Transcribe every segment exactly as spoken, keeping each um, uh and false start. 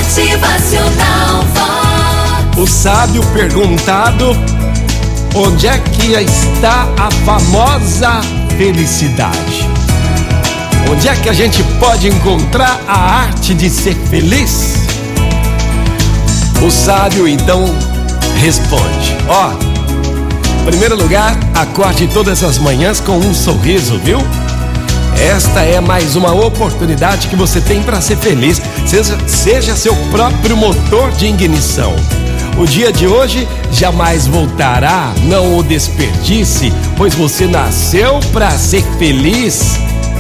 Motivacional Vox. O sábio perguntado: onde é que está a famosa felicidade? Onde é que a gente pode encontrar a arte de ser feliz? O sábio então responde: ó, em primeiro lugar, acorde todas as manhãs com um sorriso, viu? Esta é mais uma oportunidade que você tem para ser feliz. Seja, seja seu próprio motor de ignição. O dia de hoje jamais voltará, não o desperdice, pois você nasceu para ser feliz.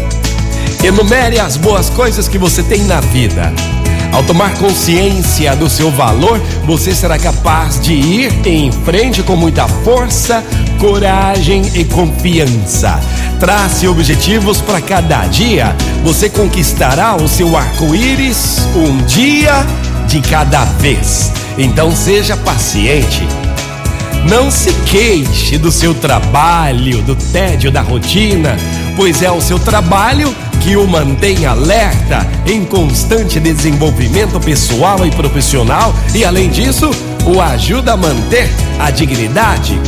Enumere as boas coisas que você tem na vida. Ao tomar consciência do seu valor, você será capaz de ir em frente com muita força, coragem e confiança. Trace objetivos para cada dia. Você conquistará o seu arco-íris um dia de cada vez. Então seja paciente. Não se queixe do seu trabalho, do tédio da rotina, pois é o seu trabalho que o mantém alerta, em constante desenvolvimento pessoal e profissional, e além disso, o ajuda a manter a dignidade.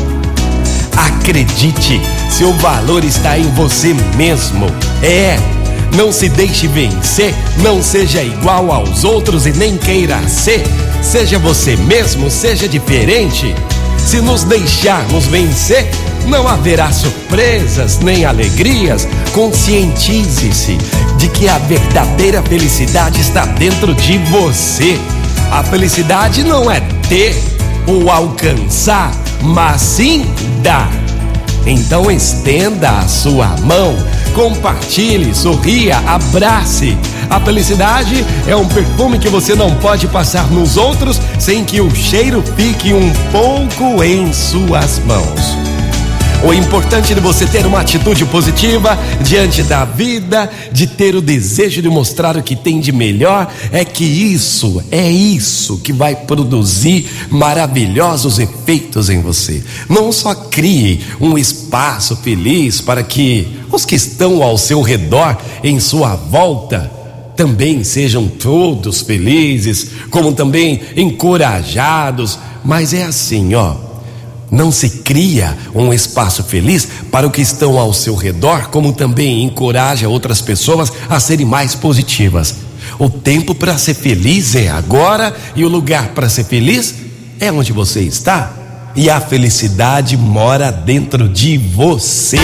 Acredite, seu valor está em você mesmo. É, não se deixe vencer, não seja igual aos outros e nem queira ser. Seja você mesmo, seja diferente. Se nos deixarmos vencer, não haverá surpresas nem alegrias. Conscientize-se de que a verdadeira felicidade está dentro de você. A felicidade não é ter ou alcançar, mas sim dar. Então estenda a sua mão, compartilhe, sorria, abrace. A felicidade é um perfume que você não pode passar nos outros sem que o cheiro fique um pouco em suas mãos. O importante de você ter uma atitude positiva diante da vida, de ter o desejo de mostrar o que tem de melhor, é que isso, é isso que vai produzir maravilhosos efeitos em você. Não só crie um espaço feliz para que os que estão ao seu redor, em sua volta, também sejam todos felizes, como também encorajados, mas é assim, ó. Não se cria um espaço feliz para os que estão ao seu redor, como também encoraja outras pessoas a serem mais positivas. O tempo para ser feliz é agora, e o lugar para ser feliz é onde você está. E a felicidade mora dentro de você.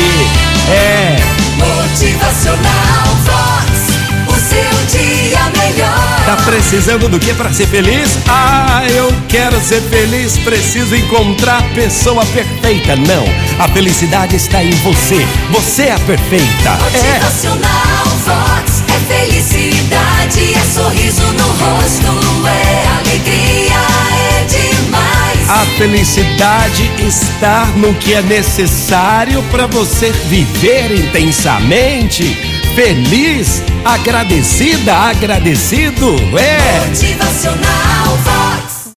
É Motivacional Vox, o seu dia melhor. Tá precisando do que para ser feliz? Ah, eu quero ser feliz, preciso encontrar a pessoa perfeita. Não, a felicidade está em você. Você é a perfeita. Motivacional Vox é felicidade, é sorriso no rosto, é alegria, é demais. A felicidade está no que é necessário para você viver intensamente. Feliz, agradecida, agradecido, é Motivacional Vox.